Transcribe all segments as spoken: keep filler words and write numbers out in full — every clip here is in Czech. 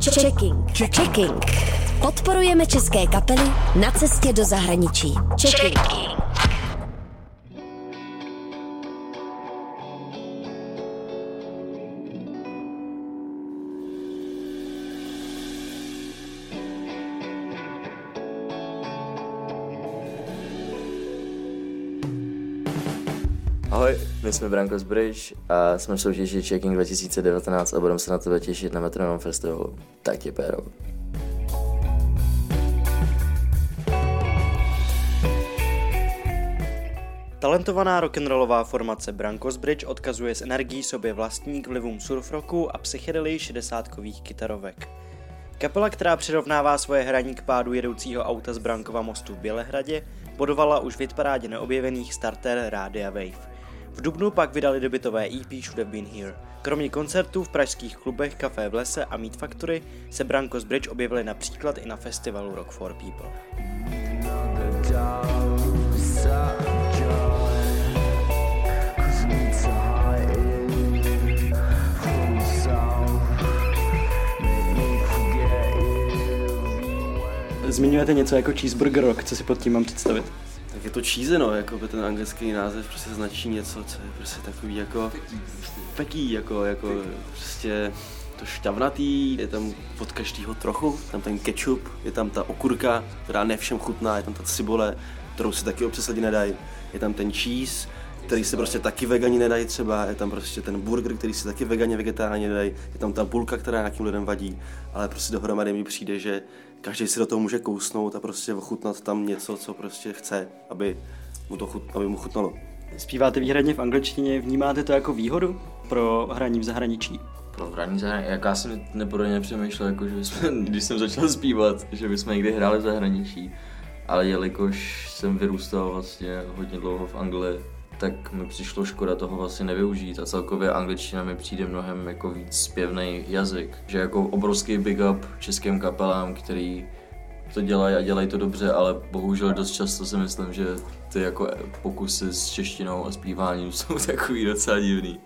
Checking. Checking. Podporujeme české kapely na cestě do zahraničí. Checking. Ahoj, my jsme Brankos Bridge a jsme v soutěži Checking dva tisíce devatenáct a budeme se na tebe těšit na Metronom Festivalu. Tak tě péro. Talentovaná rock'n'rollová formace Brankos Bridge odkazuje s energií sobě vlastní k vlivům surf rocku a psychedelii šedesátkových kytarovek. Kapela, která přirovnává svoje hraní k pádu jedoucího auta z Brankova mostu v Bělehradě, bodovala už v hitparádě neobjevených starter Rádia Wave. V dubnu pak vydali debutové E P Should Have Been Here. Kromě koncertů v pražských klubech Café v lese a Meat Factory se Brankos Bridge objevili například i na festivalu Rock for People. Zmiňujete něco jako cheeseburger rock, co si pod tím mám představit? Tak je to cheese, no, jako by ten anglický název prostě značí něco, co je prostě takový jako feký, jako, jako prostě to šťavnatý, je tam od každého trochu, tam ten ketchup, je tam ta okurka, která ne všem chutná, je tam ta cibule, kterou si taky občas lidi nedají, je tam ten cheese, který si prostě taky vegani nedají třeba, je tam prostě ten burger, který si taky vegani vegetariáni nedají, je tam ta půlka, která nějakým lidem vadí, ale prostě dohromady mi přijde, že každý si do toho může kousnout a prostě ochutnat tam něco, co prostě chce, aby mu, to chut, aby mu chutnalo. Zpíváte výhradně v angličtině, vnímáte to jako výhodu pro hraní v zahraničí? Pro hraní v zahraničí, jak já jsem neporodně přemýšlel, jako, že jsme, když jsem začal zpívat, že bychom někdy hráli v zahraničí, ale jelikož jsem vyrůstal vlastně hodně dlouho v Anglii, tak mi přišlo škoda toho vlastně nevyužít a celkově angličtina mi přijde mnohem jako víc zpěvný jazyk, že jako obrovský big up českým kapelám, který to dělají a dělají to dobře, ale bohužel dost často si myslím, že ty jako pokusy s češtinou a zpíváním jsou takový docela divný.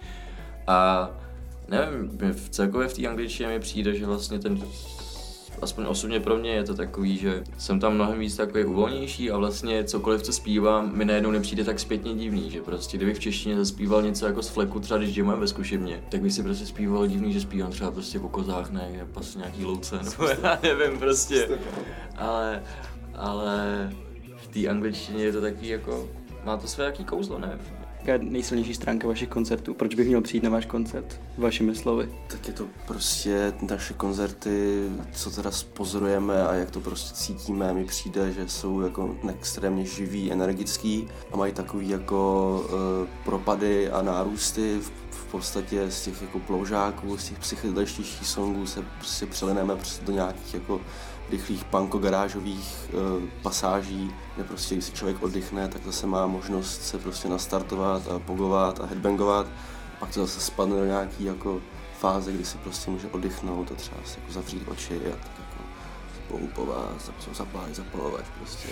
A nevím, v celkově v té angličtině mi přijde, že vlastně ten, aspoň osobně pro mě je to takový, že jsem tam mnohem víc takový uvolnější a vlastně cokoliv, co zpívám, mi najednou nepřijde tak zpětně divný, že prostě kdybych v češtině zaspíval něco jako z fleku, třeba když džemujeme ve zkušebně, tak bych si prostě zpíval divný, že zpívám třeba prostě po kozách, ne, je prostě nějaký louce, nebo já nevím prostě, ale, ale v té angličtině je to taky jako, má to své jaký kouzlo, nevím. Jaká je nejsilnější stránka vašich koncertů? Proč bych měl přijít na váš koncert? Vašimi slovy. Tak je to prostě naše koncerty, co teda pozorujeme a jak to prostě cítíme, mi přijde, že jsou jako extrémně živý, energický a mají takový jako uh, propady a nárůsty. V, v podstatě z těch jako ploužáků, z těch psychedeličtějších songů se prostě přelineme do nějakých jako rychlých punko-garážových uh, pasáží, kde prostě, když si člověk oddychne, tak zase má možnost se prostě nastartovat a pogovat a headbangovat. Pak to zase spadne do nějaký jako fáze, kdy si prostě může oddychnout a třeba si jako zavřít oči a tak jako poupovat, zapálit, zapalovat prostě.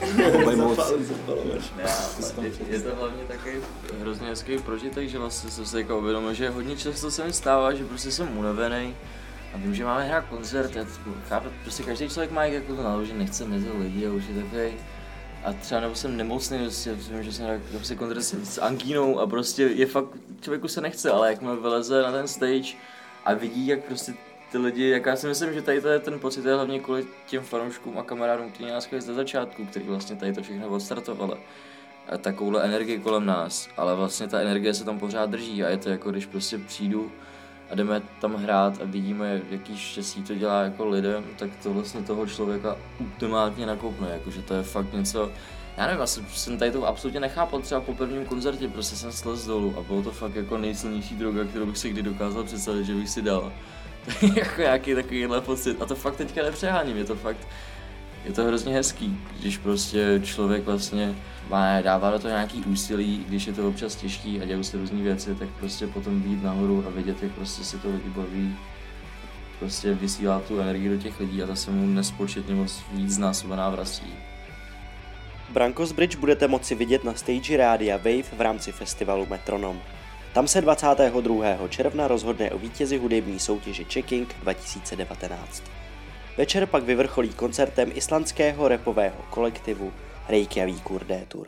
Je to hlavně takový hrozně hezký prožitek, že vlastně jsem se jako uvědomil, že hodně často se mi stává, že prostě jsem unavený. A vím, že máme hrát koncert, já chápu, prostě každý člověk má jako to náladu, že nechce mezi lidi a už je takový. A třeba nebo jsem nemocný, prostě, vím, že jsem hrál prostě koncert s angínou a prostě je fakt, člověku se nechce, ale jakmile vyleze na ten stage a vidí, jak prostě ty lidi, jak já si myslím, že tady to je ten pocit je hlavně kvůli těm fanouškům a kamarádům, kteří nás chtěli ze začátku, kteří vlastně tady to všechno odstartovali. A takovouhle energii kolem nás, ale vlastně ta energie se tam pořád drží a je to jako když prostě přijdu a jdeme tam hrát a vidíme, jaký štěstí to dělá jako lidem, tak to vlastně toho člověka ultimátně nakoupne, jakože to je fakt něco, já nevím, asi jsem tady to absolutně nechápal třeba po prvním koncertě, prostě jsem slez dolů a bylo to fakt jako nejsilnější droga, kterou bych si kdy dokázal představit, že bych si dal. Jako nějaký takovýhle pocit a to fakt teďka nepřeháním, je to fakt, je to hrozně hezký, když prostě člověk vlastně má, dává do toho nějaký úsilí, když je to občas těžký a dělají se různý věci, tak prostě potom vyjít nahoru a vidět, jak prostě si to lidi baví, prostě vysílá tu energii do těch lidí a ta se mu nespočetně moc víc znásobená vrací. Brankos Bridge budete moci vidět na stage Rádia Wave v rámci festivalu Metronom. Tam se dvacátého druhého června rozhodne o vítězi hudební soutěže Checking dva tisíce devatenáct. Večer pak vyvrcholí koncertem islandského rapového kolektivu Reykjavíkur Detour.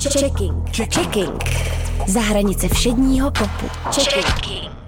Checking. Checking. Za hranice všedního popu. Checking.